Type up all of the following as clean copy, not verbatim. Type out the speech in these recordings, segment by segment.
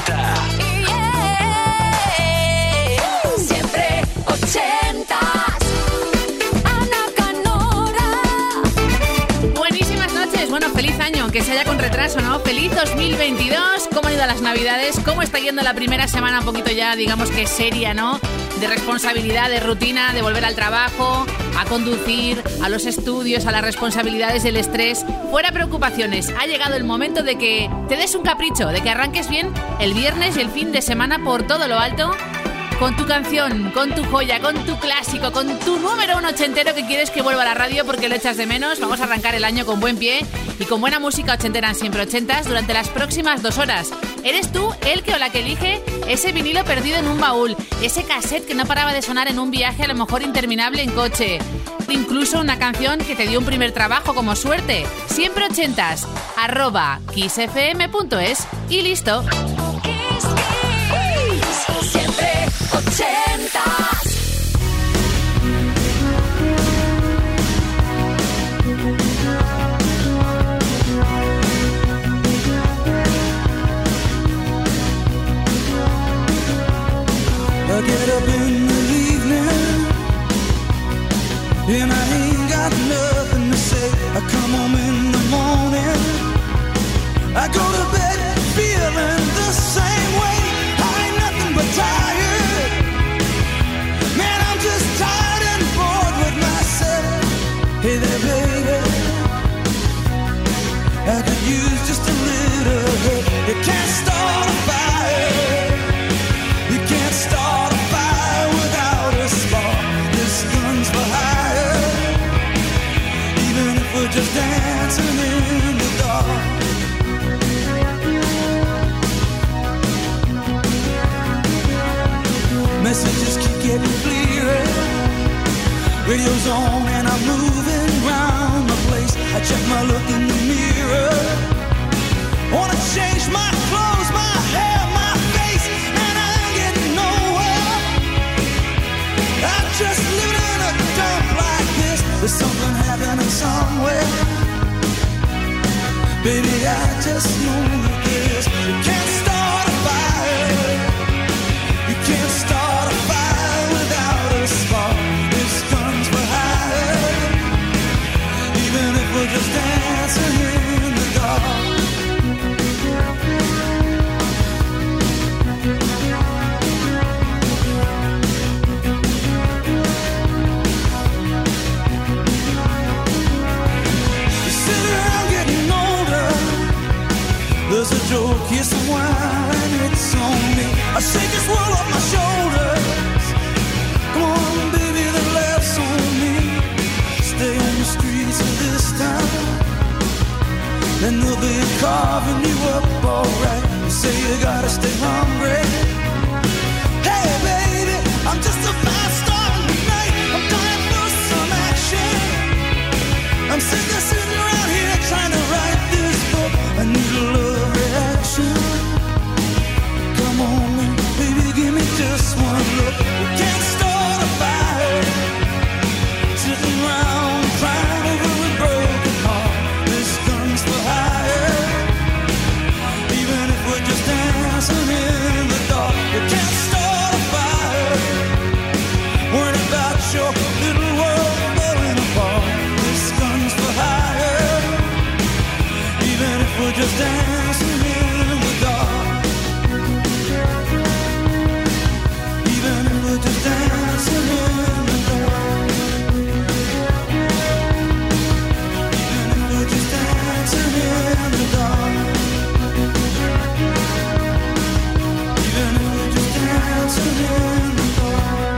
80. Siempre 80. Ana Canora. Buenísimas noches, bueno, feliz año, aunque se haya con retraso, ¿no? Feliz 2022, ¿cómo han ido las navidades? ¿Cómo está yendo la primera semana un poquito ya, digamos que seria, ¿no? De responsabilidad, de rutina, de volver al trabajo, a conducir, a los estudios, a las responsabilidades del estrés. Fuera preocupaciones, ha llegado el momento de que te des un capricho, de que arranques bien el viernes y el fin de semana por todo lo alto, con tu canción, con tu joya, con tu clásico, con tu número 1 ochentero que quieres que vuelva a la radio porque lo echas de menos. Vamos a arrancar el año con buen pie y con buena música ochentera en Siempre Ochentas durante las próximas 2 horas. ¿Eres tú el que o la que elige ese vinilo perdido en un baúl, ese cassette que no paraba de sonar en un viaje a lo mejor interminable en coche? Incluso una canción que te dio un primer trabajo como suerte. Siempre Ochentas, @kissfm.es y listo. Siempre 80. I get up in the evening and I ain't got nothing to say. I come home in the morning, I go to bed feeling the same way. I ain't nothing but tired, man, I'm just tired and bored with myself. Hey there baby, I could use just a little help. You can't start a fire, you can't start a fire without a spark. This gun's for hire, even if we're just dancing in the dark. Messages keep getting clearer, radio's on and I'm moving round the place. I check my look in the mirror, wanna change my clothes, my hair, my face, and I ain't getting nowhere. I'm just living in a dump like this. There's something happening somewhere, baby, I just know this. You can't start a fire, you can't start a fire without a spark. This gun's for hire, even if we're just dancing in the dark. There's a joke, here's some wine, it's on me. I shake this world off my shoulders. Come on, baby, the laughs on me. Stay on the streets of this town, and they'll be carving you up alright. You say you gotta stay hungry. Hey, baby, I'm just a fast star tonight. I'm dying for some action. I'm sick of sitting around here trying to write this book. I need a love reaction. Come on, man, baby, give me just one look. We can't start a fire, sitting around crying over a broken heart. This gun's for hire, even if we're just dancing in the dark. We can't start a fire, worrying about your little world falling apart. This gun's for hire, even if we're just dancing in the dark. Even if we're just dancing in the dark. Even if we're just dancing in the dark. Even if we're just dancing in the dark.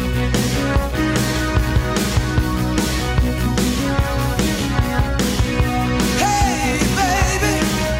Hey baby,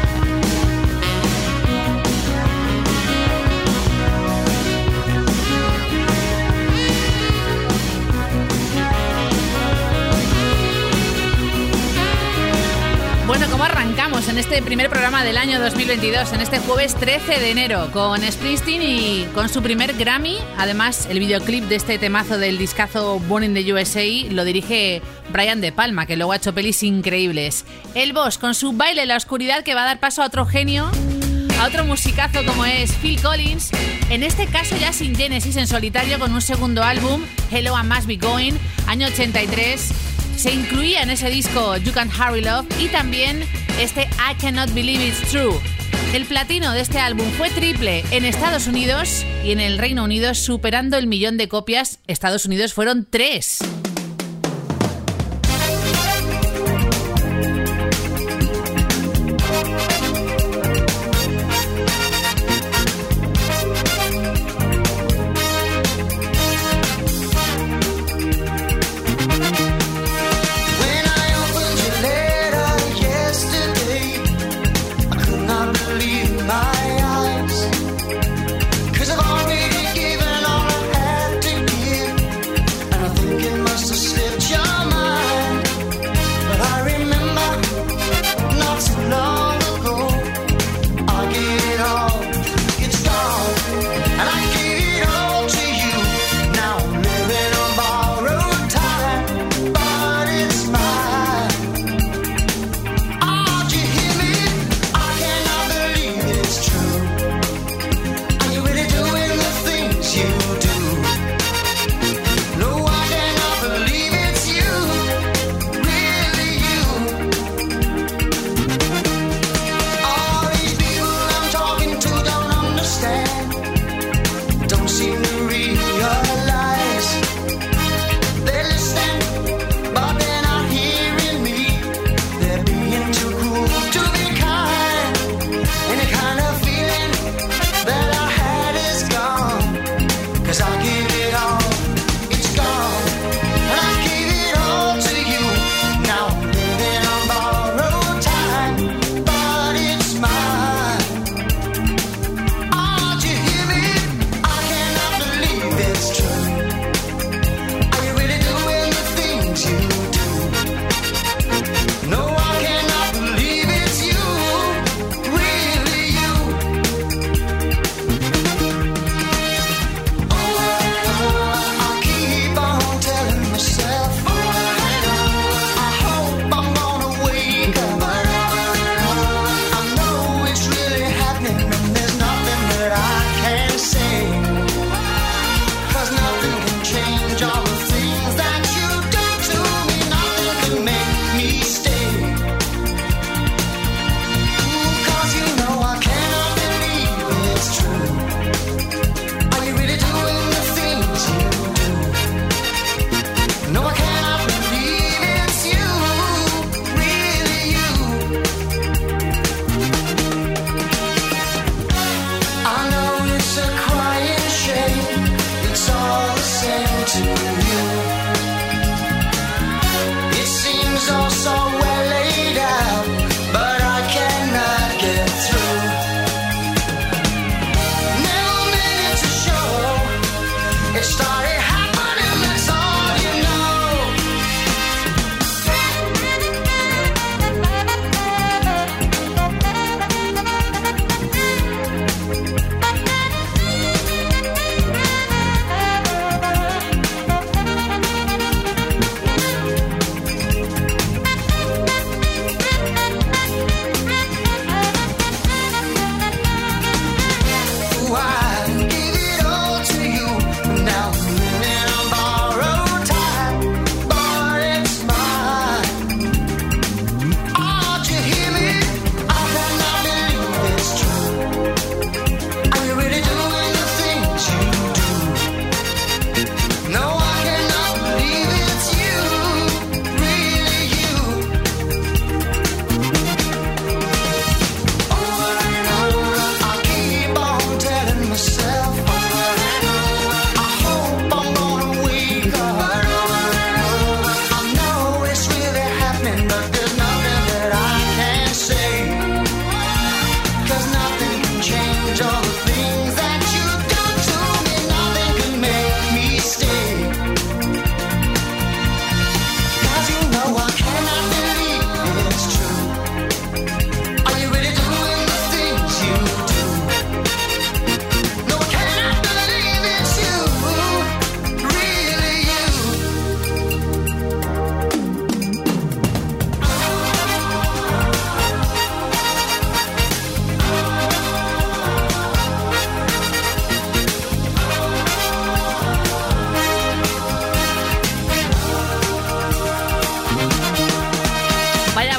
Bueno, ¿cómo arrancamos en este primer programa del año 2022, en este jueves 13 de enero, con Springsteen y con su primer Grammy? Además, el videoclip de este temazo del discazo Born in the USA lo dirige Brian De Palma, que luego ha hecho pelis increíbles. El Boss, con su baile en la oscuridad, que va a dar paso a otro genio a otro musicazo como es Phil Collins, en este caso ya sin Genesis, en solitario, con un segundo álbum, Hello I Must Be Going, año 83. Se incluía en ese disco You Can't Hurry Love y también este I Cannot Believe It's True. El platino de este álbum fue triple en Estados Unidos y en el Reino Unido, superando el 1.000.000 de copias. Estados Unidos fueron 3. It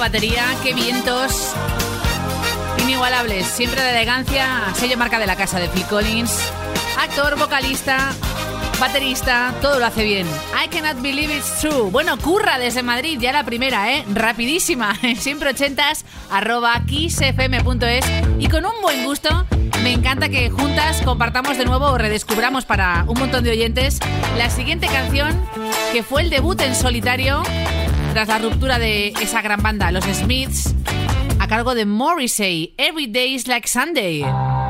batería, qué vientos inigualables, siempre de elegancia, sello marca de la casa de Phil Collins. Actor, vocalista, baterista, todo lo hace bien. I cannot believe it's true. Bueno, Curra desde Madrid, ya la primera, rapidísima, siempre 80s, @kissfm.es. Y con un buen gusto, me encanta que juntas compartamos de nuevo o redescubramos para un montón de oyentes la siguiente canción, que fue el debut en solitario tras la ruptura de esa gran banda, los Smiths, a cargo de Morrissey, Every Day is Like Sunday.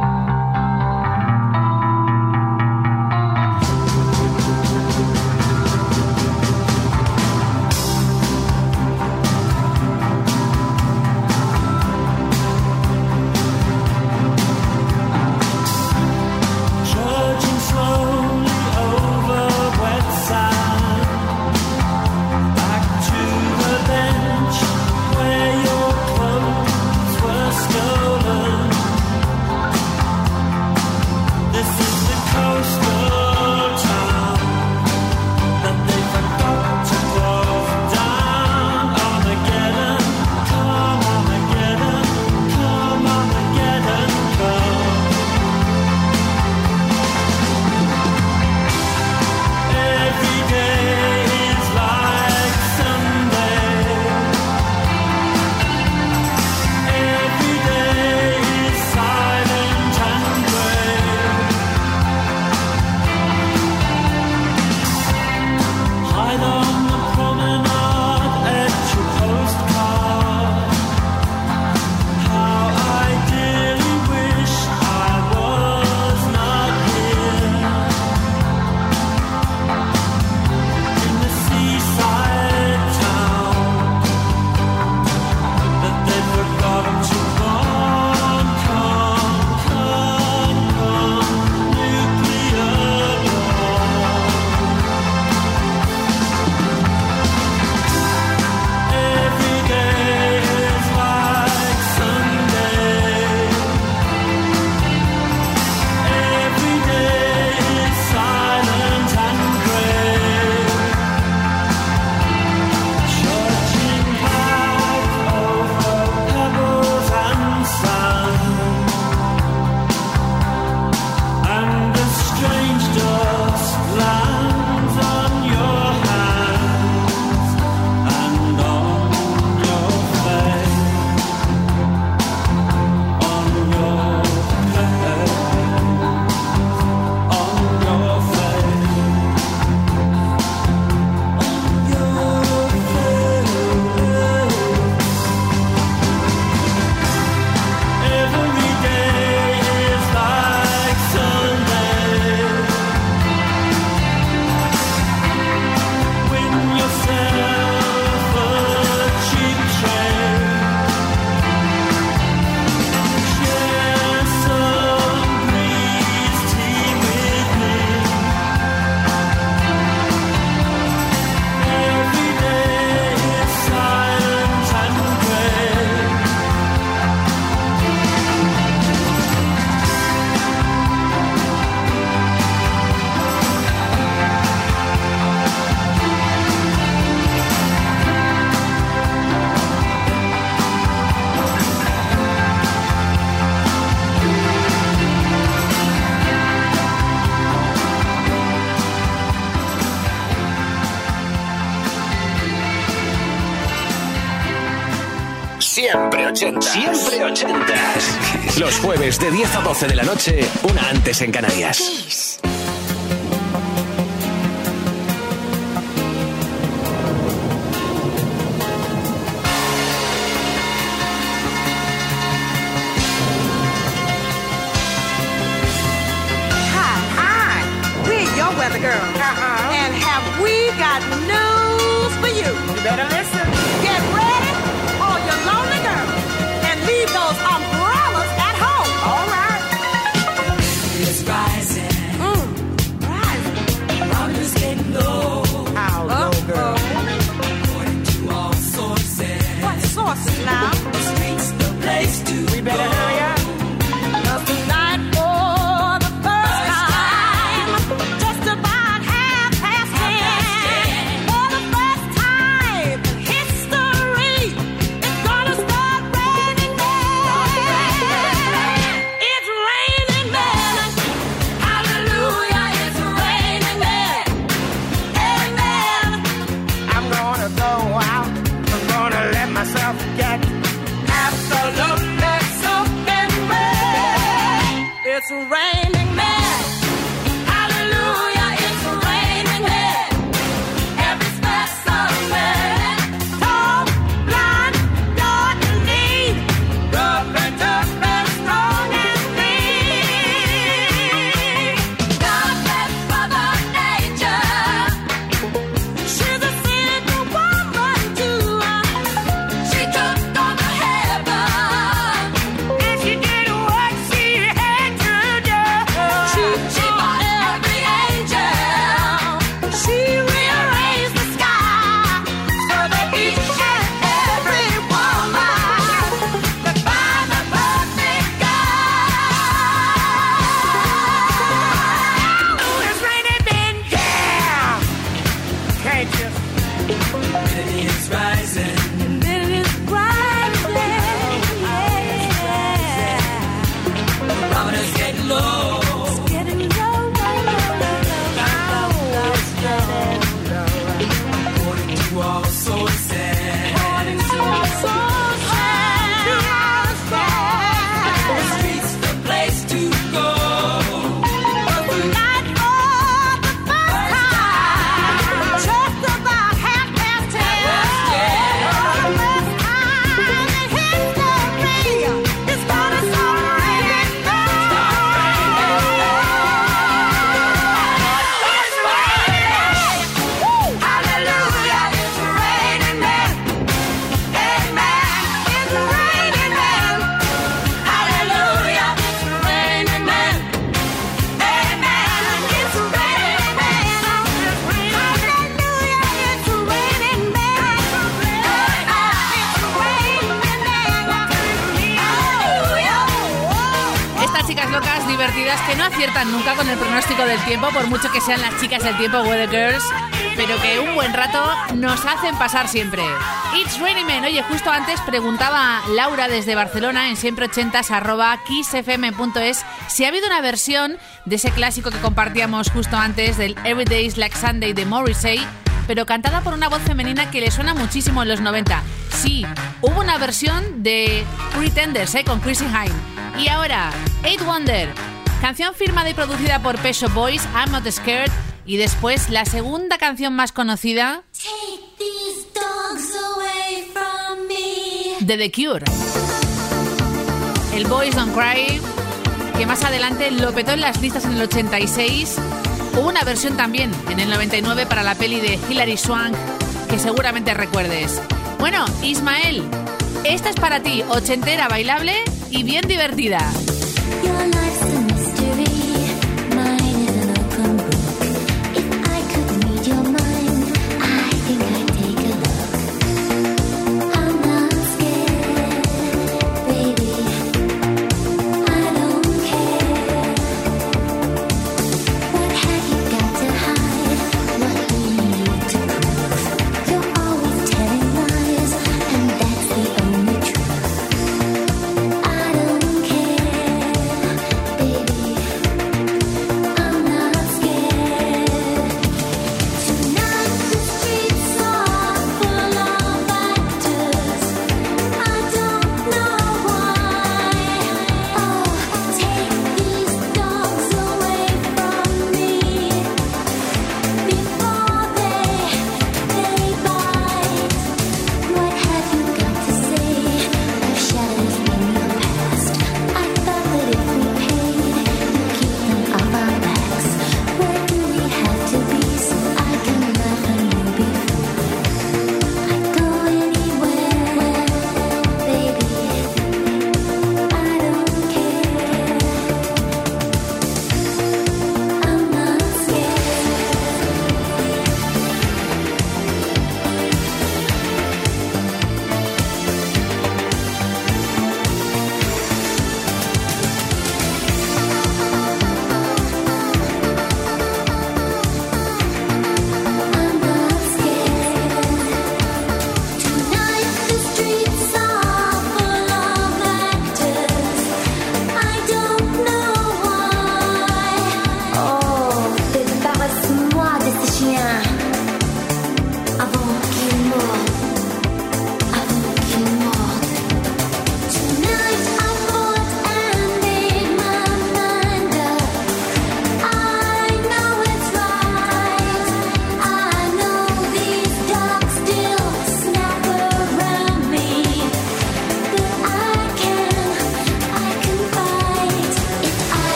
Siempre 80. Siempre 80. Los jueves de 10 a 12 de la noche, una antes en Canarias. Kiss. Weather girl. And have we got news for you? You better listen. Get ready, all you lonely girls, and leave those umbrellas at home. All right. It's rising. Rising. Problems getting low. How low, girl? According to all sources. What sources now? The streets, the place to We better go. hurry up. 'Cause tonight, for the first time, just about 10:30, for the first time in history, it's it's raining men. Hallelujah, it's raining men. Every specimen, tall, blind, dark and neat, rough and tough and strong and mean. God bless Mother Nature. She's a single woman too. She took on the heaven, and she did what she had to do. She bought every angel. She rearranged the sky so that each and every woman could find the perfect guy. Oh, it's raining men, yeah. Can't you? It's rising. And then it's rising, yeah. Barometer's getting low. Getting low, low, low, low, low. According to all sources. According to our sources, The streets the place to go. tonight for the first time, just about 10:30. For the first time in history, it's gonna start raining men. It's raining. Hallelujah, it's raining men. Amen. It's raining men. Hallelujah, it's raining men. Amen. It's raining men. Hallelujah, it's raining men. Estas chicas locas divertidas que no aciertan nunca con el pronóstico del tiempo, por mucho que sean las chicas del tiempo Weather Girls, pero que un buen rato nos hacen pasar siempre. It's Raining Men. Oye, justo antes preguntaba Laura desde Barcelona en siempre80s@kissfm.es si ha habido una versión de ese clásico que compartíamos justo antes del Every Day's Like Sunday de Morrissey, pero cantada por una voz femenina que le suena muchísimo en los 90. Sí, hubo una versión de Pretenders, con Chrissy Hynde. Y ahora, Eight Wonder, canción firmada y producida por Pet Shop Boys, I'm Not Scared. Y después, la segunda canción más conocida Take these dogs away from me. de The Cure. El Boys Don't Cry, que más adelante lo petó en las listas en el 86. Hubo una versión también en el 99 para la peli de Hilary Swank, que seguramente recuerdes. Bueno, Ismael, esta es para ti, ochentera, bailable y bien divertida. Your life's a mystery. Mine is an open book. If I could read your mind, I think I'd take a look. I'm not scared, baby. I don't care. What have you got to hide? What do you need to prove? You're always telling lies, and that's the only truth. I don't care, baby.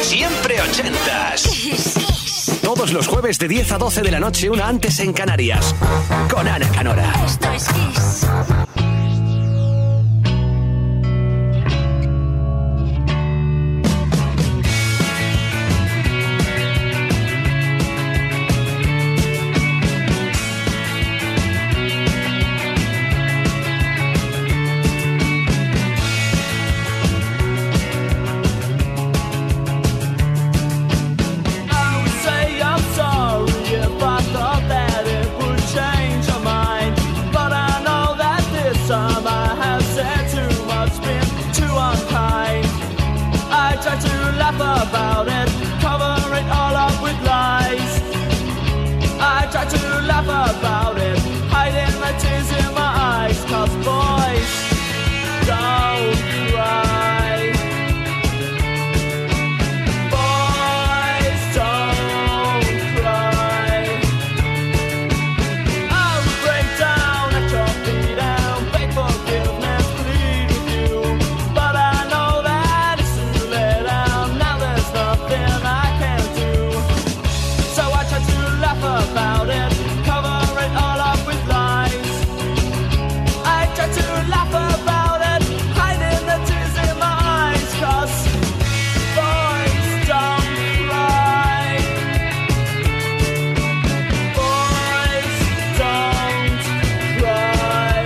Siempre ochentas. Todos los jueves de 10 a 12 de la noche, una antes en Canarias. Con Ana Canora. Esto es Kiss. About it, cover it all up with lies. I try to laugh about it, hiding my tears in my eyes. 'Cause boys don't cry. Boys don't cry. I would break down at your feet and beg forgiveness, plead with you. But I know that it's too late and now there's nothing I can do. So I try to laugh about it, cover it all up with lies. I try to laugh about it, hiding the tears in my eyes. 'Cause boys don't cry. Boys don't cry.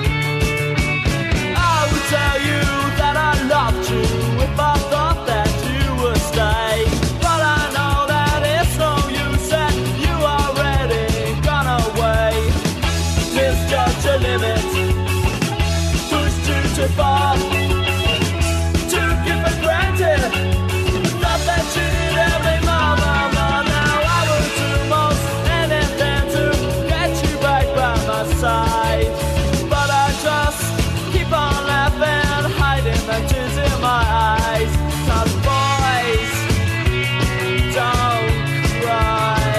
I would tell you that I loved you if I thought that you would stay. But I know that it's no use and you already gone away. Misjudge your limits, pushed you too far, took you for granted, thought that you needed me more. Now I would do most anything to get you back by my side. But I just keep on laughing, hiding the tears in my eyes. 'Cause boys don't cry.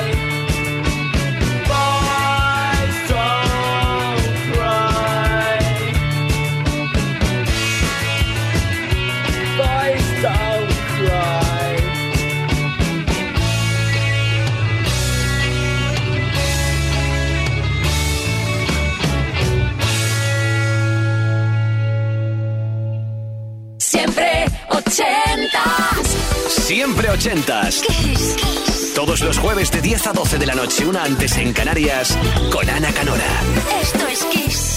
Boys don't cry. Boys don't cry. Siempre ochentas. Siempre ochentas. Kiss. Todos los jueves de 10 a 12 de la noche, una antes en Canarias. Con Ana Canora. Esto es Kiss.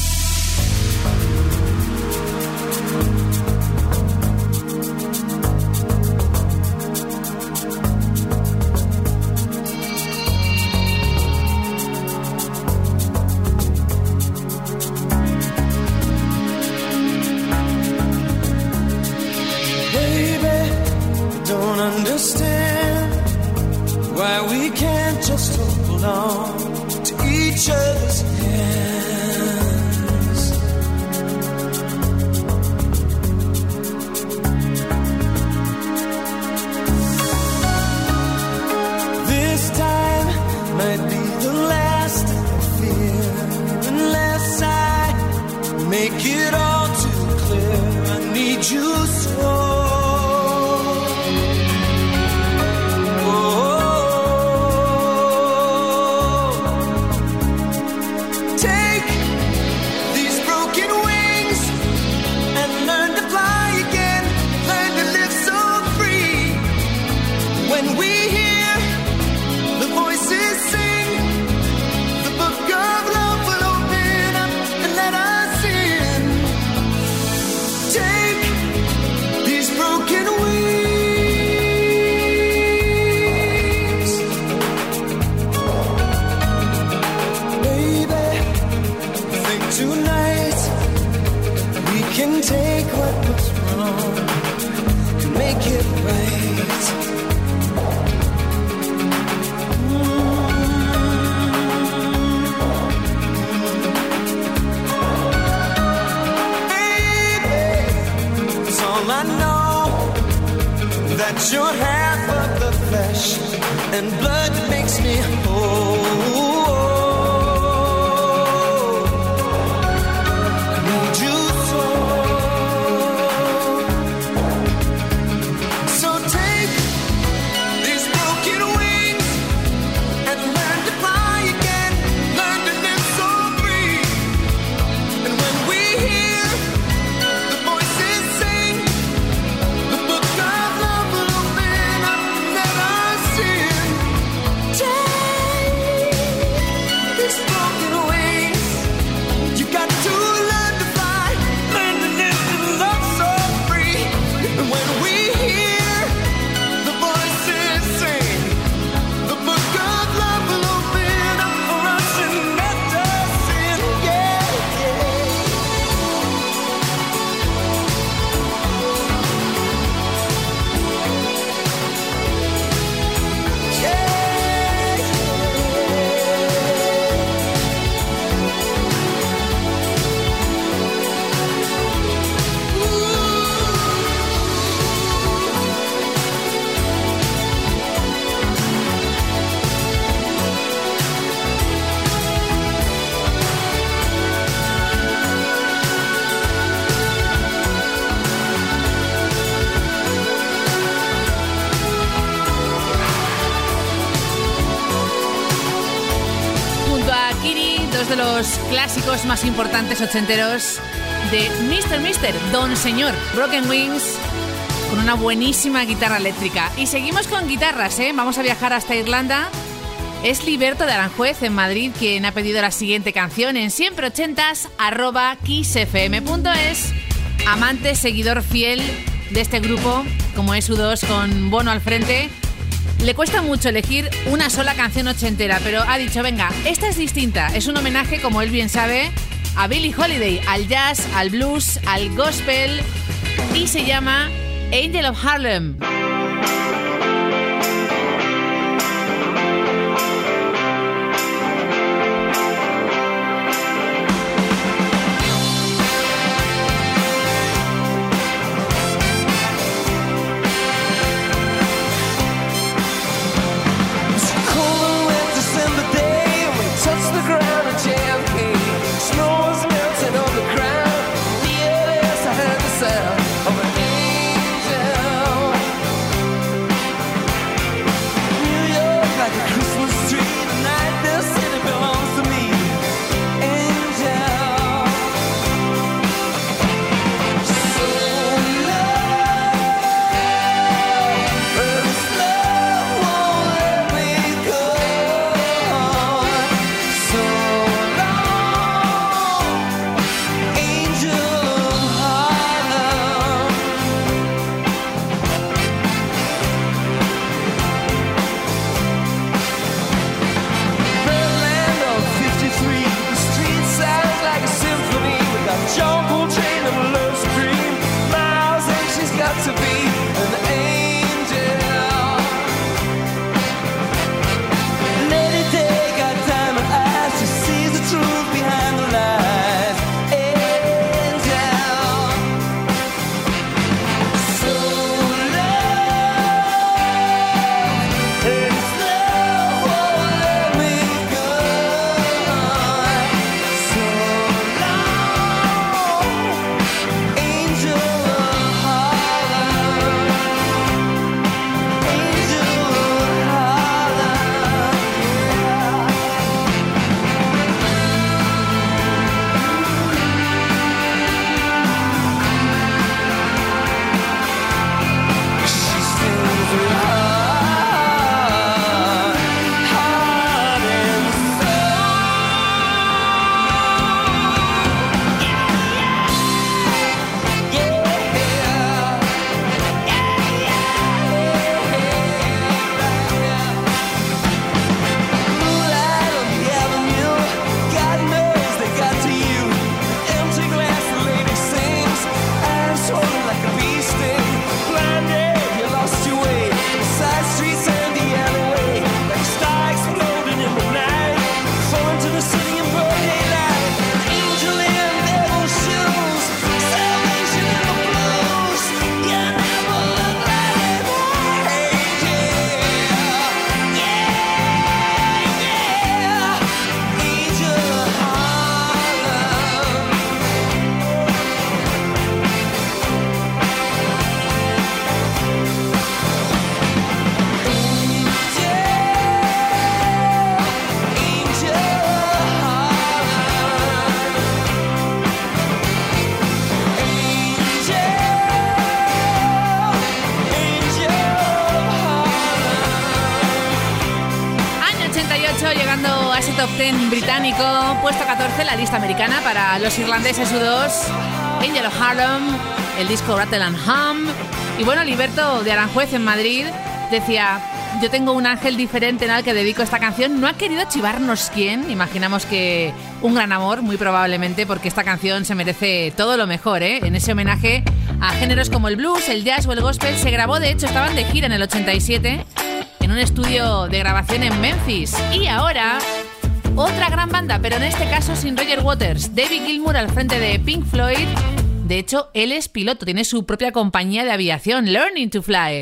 Baby, don't understand why we can't just hold on to each other's hands. This time might be the last I fear, unless I make it all too clear. I need you so. Take these broken wings and learn to fly again. Learn to live so free. When we hear the voices sing, the book of love will open up and let us in. Take these broken wings. Baby, I think tonight we can take what was wrong and make it right. Baby, it's all I know, that you're half of the flesh and blood that makes me whole. I need you so. So take de los clásicos más importantes ochenteros de Mr. Don Señor, Broken Wings, con una buenísima guitarra eléctrica. Y seguimos con guitarras, ¿eh? Vamos a viajar hasta Irlanda. Es Liberto de Aranjuez en Madrid quien ha pedido la siguiente canción en siempreochentas@kissfm.es. Amante, seguidor fiel de este grupo, como es U2 con Bono al frente. Le cuesta mucho elegir una sola canción ochentera, pero ha dicho, venga, esta es distinta. Es un homenaje, como él bien sabe, a Billie Holiday, al jazz, al blues, al gospel, y se llama Angel of Harlem. Llegando a ese top 10 británico, puesto 14 en la lista americana para los irlandeses U2, Angel of Harlem, el disco Rattle and Hum. Y bueno, Liberto de Aranjuez en Madrid decía, yo tengo un ángel diferente al que dedico esta canción. No ha querido chivarnos quién, imaginamos que un gran amor, muy probablemente, porque esta canción se merece todo lo mejor, ¿eh? En ese homenaje a géneros como el blues, el jazz o el gospel. Se grabó, de hecho, estaban de gira en el 87 en un estudio de grabación en Memphis. Y ahora, otra gran banda, pero en este caso sin Roger Waters. David Gilmour al frente de Pink Floyd. De hecho, él es piloto, tiene su propia compañía de aviación, Learning to Fly.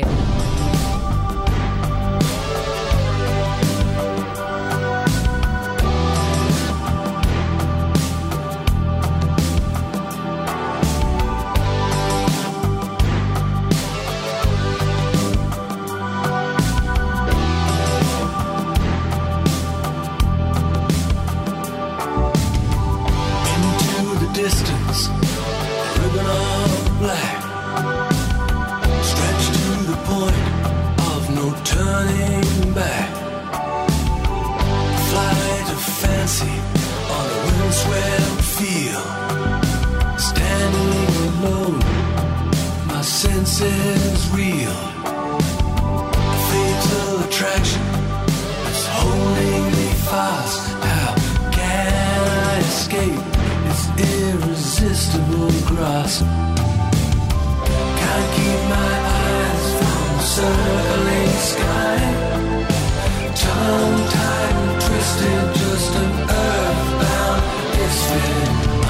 is real. The fatal attraction is holding me fast. How can I escape its irresistible grasp? Can't keep my eyes from the circling sky. Tongue-tied and twisted, just an earthbound misfit.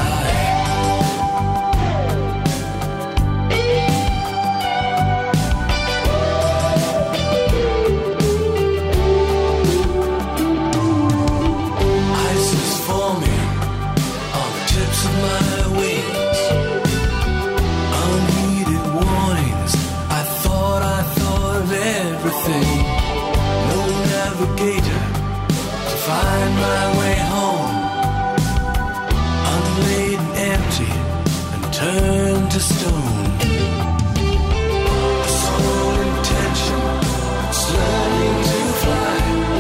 Find my way home, unladen, empty, and turned to stone. A sole intention, it's learning to fly.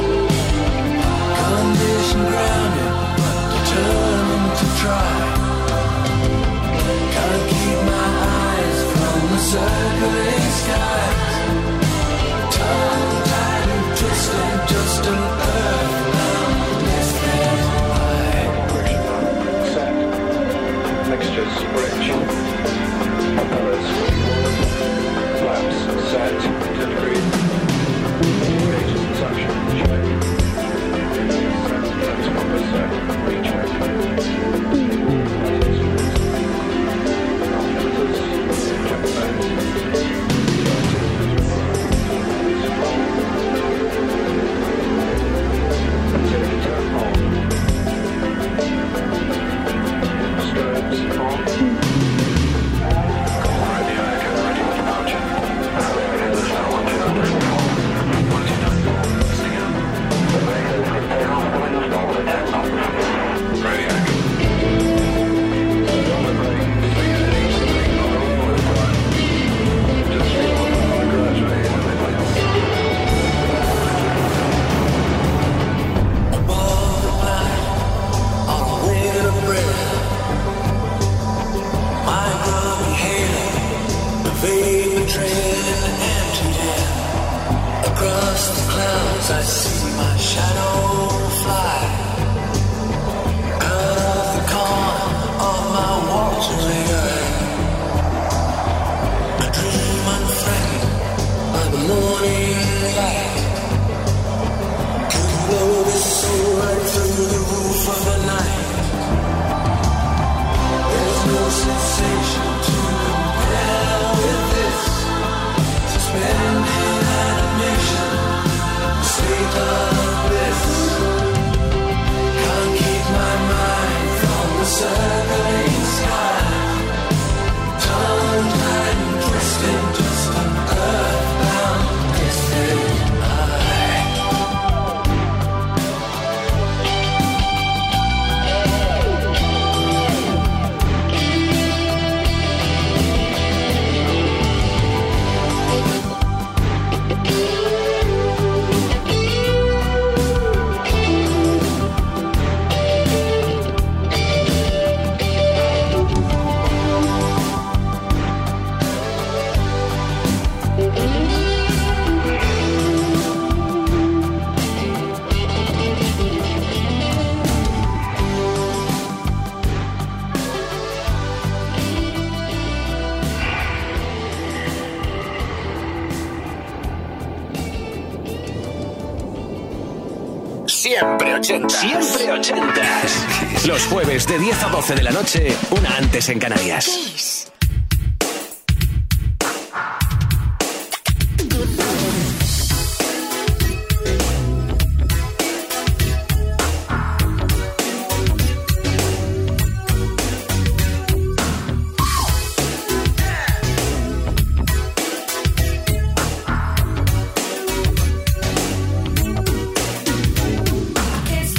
Condition grounded, but determined to try. Can't keep my eyes from the circling skies. Tongue-tied and twisted, just an earth. Mixtures rich. Propellers flaps set to degree. Gauges suction check. Transformer set recheck. Check I see my shadow fly out of the corner of my watering eye. I dream unthreatened by the morning light. Could blow this soul right through the roof of the night. There's no sensation to compare with this. Suspended animation. State of bliss. Can't keep my mind from the circling sky. Tongue-tied and twisted, just an earthbound misfit. Siempre 80. Siempre 80. Los jueves de 10 a 12 de la noche, una antes en Canarias. Kiss.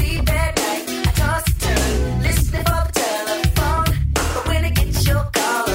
Listening for the telephone, but when it gets your call,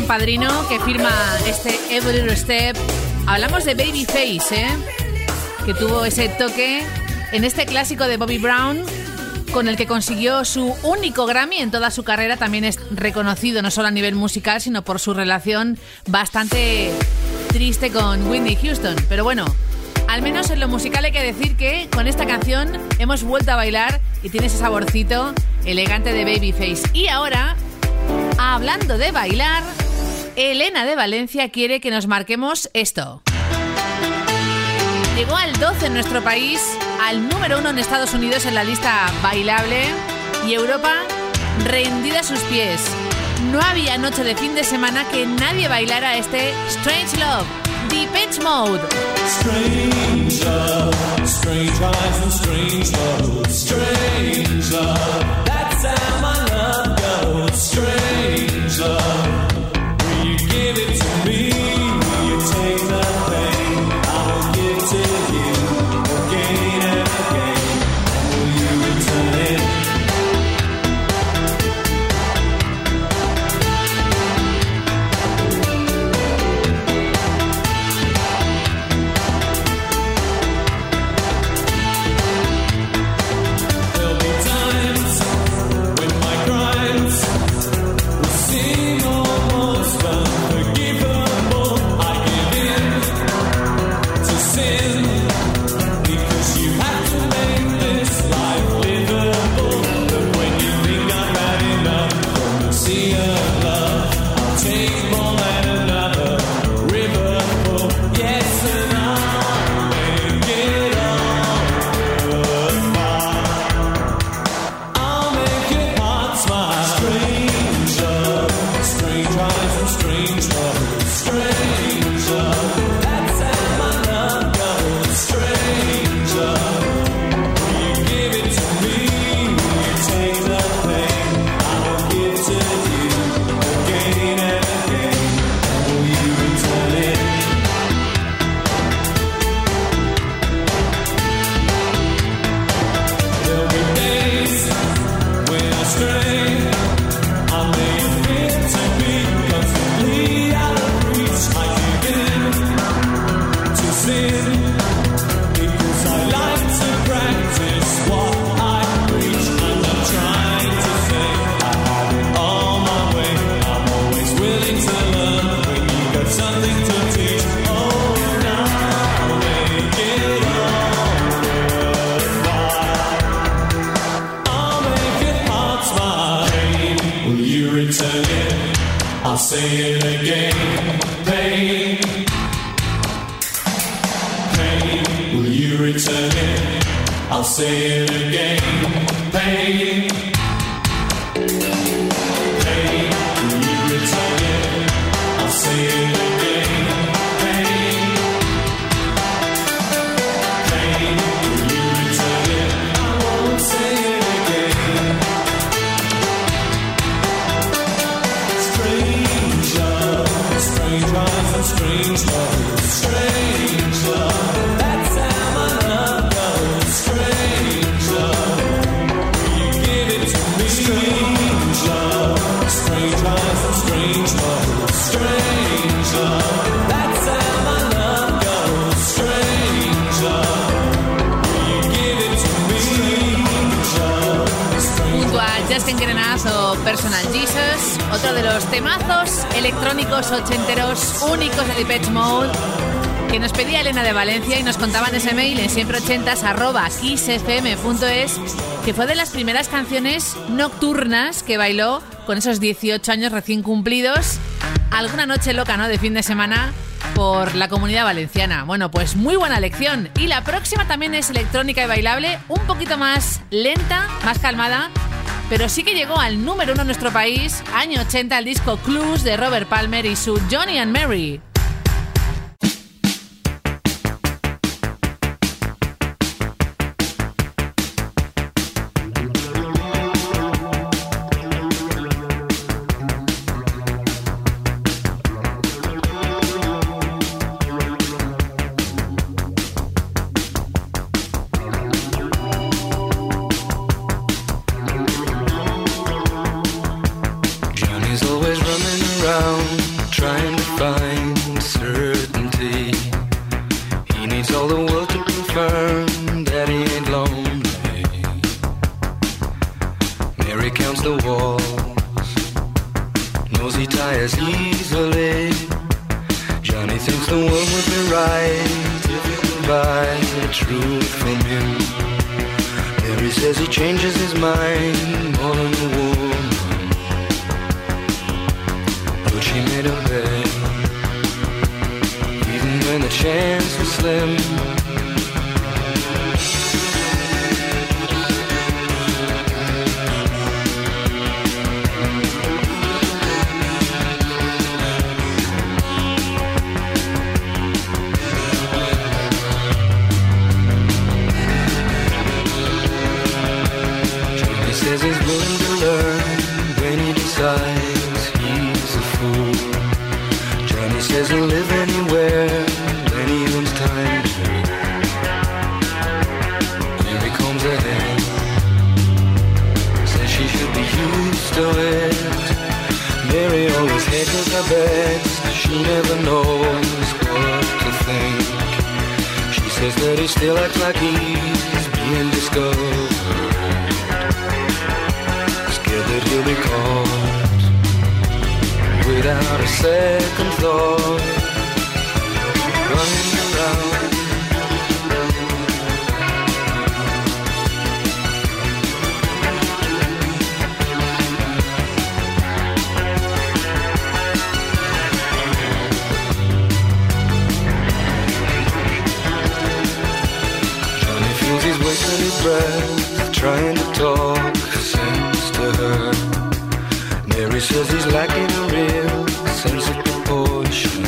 padrino que firma este Every Little Step. Hablamos de Babyface, que tuvo ese toque en este clásico de Bobby Brown, con el que consiguió su único Grammy en toda su carrera. También es reconocido no solo a nivel musical, sino por su relación bastante triste con Whitney Houston. Pero bueno, al menos en lo musical hay que decir que con esta canción hemos vuelto a bailar y tiene ese saborcito elegante de Babyface. Y ahora, hablando de bailar, Elena de Valencia quiere que nos marquemos esto. Llegó al 12 en nuestro país, al número 1 en Estados Unidos en la lista bailable, y Europa rendida a sus pies. No había noche de fin de semana que nadie bailara este Strange Love, Depeche Mode. Strange love, strange eyes and strange love, strange love, that's how my love goes. Strange love, will you give it to me? Will you take the pain? I will give to you again and again. Will you return it? There'll be times when my crimes will seem almost unforgivable. I give in to sin because you have to make this life livable. But when you think I've had enough from the sea of love, I'll take more than another river full. Yes, and I'll make it all worthwhile. I'll make your heart smile. Strange love, strange eyes and strange love, strange love. That's how my love goes. Strange love, will you give it to me? Will you take the pain? I will give to you again and again. Will you return it? There'll be days when I stray. I may appear to be constantly out of reach. I give in to sin because I like to practice what I preach. And I'm trying to say I have it all my way. I'm always willing to learn when you got something to teach. Oh, now I'll make it all worthwhile. I'll make your heart smile. Will you return it? I'll say it again. Pain, pain. Will you return it? I'll say it again. Pain, pain. Will you return it? I'll say it again. Pain, pain. Will you return it? I won't say it again. Strange love, strange eyes and strange love, strange love. That's how my love goes. Strange love, will you give it to me? Strange love, strange eyes and strange love, strange love. That's how my love goes. Strange love, will you give it to me? Strange love, strange Junto a Justin Grenaz o Personal Jesus, otro de los temazos electrónicos ochenteros únicos de Depeche Mode, que nos pedía Elena de Valencia y nos contaba en ese mail en siempreochentas@kissfm.es que fue de las primeras canciones nocturnas que bailó con esos 18 años recién cumplidos, alguna noche loca, ¿no?, de fin de semana por la Comunidad Valenciana. Bueno, pues muy buena lección. Y la próxima también es electrónica y bailable, un poquito más lenta, más calmada, pero sí que llegó al número 1 en nuestro país, año 80, el disco Clues de Robert Palmer y su Johnny and Mary. Johnny's always running around trying to find certainty. He needs all the world to confirm that he ain't lonely. Mary counts the walls, knows he tires easily. Johnny thinks the world would be right if he could buy the truth from him. Mary says he changes his mind more than the woman, but she made a bet, even when the chance was slim. Says he's willing to learn when he decides he's a fool. Johnny says he'll live anywhere when he wants time to. Here he comes ahead, says she should be used to it. Mary always hedges her bets, she never knows what to think. She says that he still acts like he's being discovered, that he'll be caught without a second thought, running around. Johnny feels he's wasting his breath, trying to talk sense to her. Mary says he's lacking a real sense of proportion,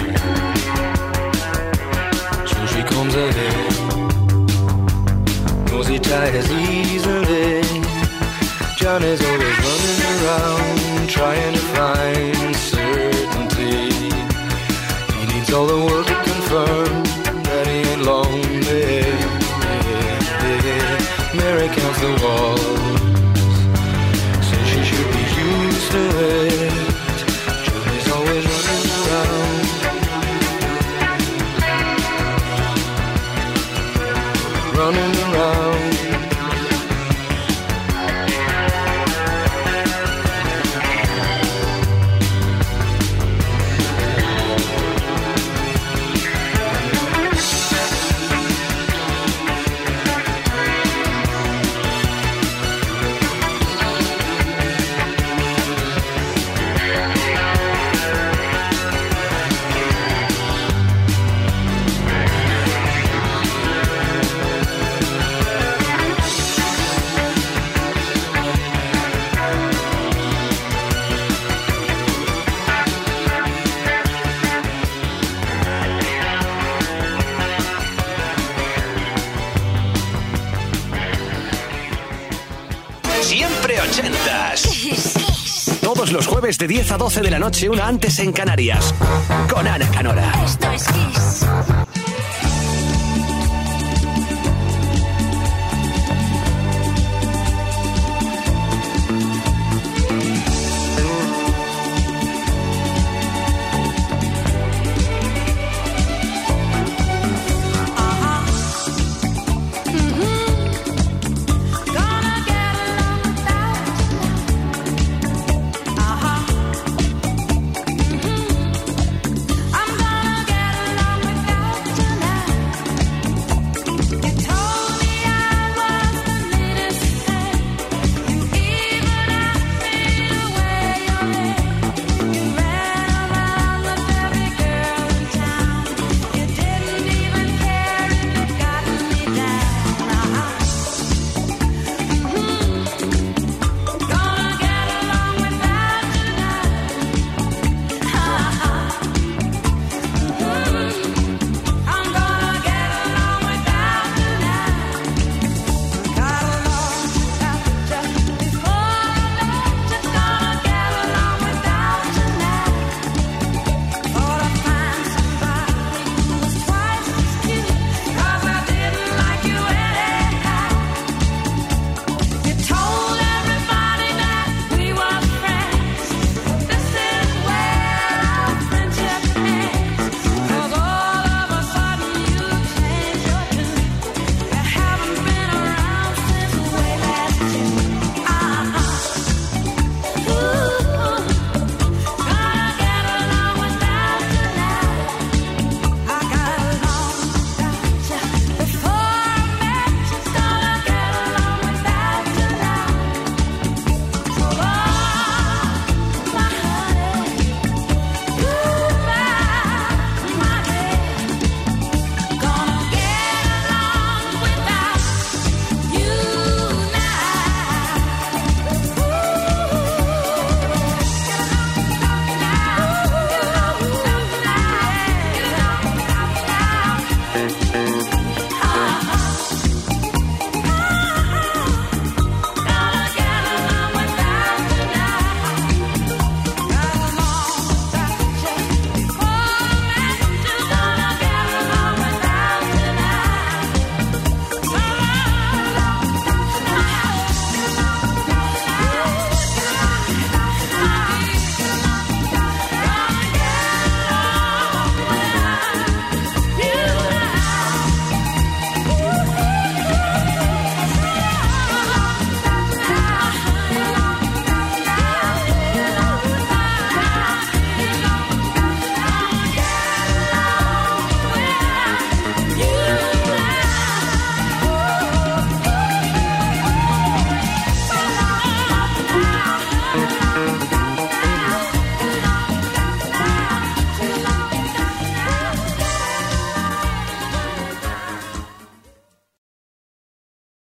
so she comes ahead, knows he tires easily. Johnny's always running around trying to find certainty. He needs all the world to confirm that he ain't lonely. Mary counts the walls, she should be used to it. Johnny's always running around, running around. Siempre ochentas. Todos los jueves de 10 a 12 de la noche, una antes en Canarias. Con Ana Canora. Esto es Kiss.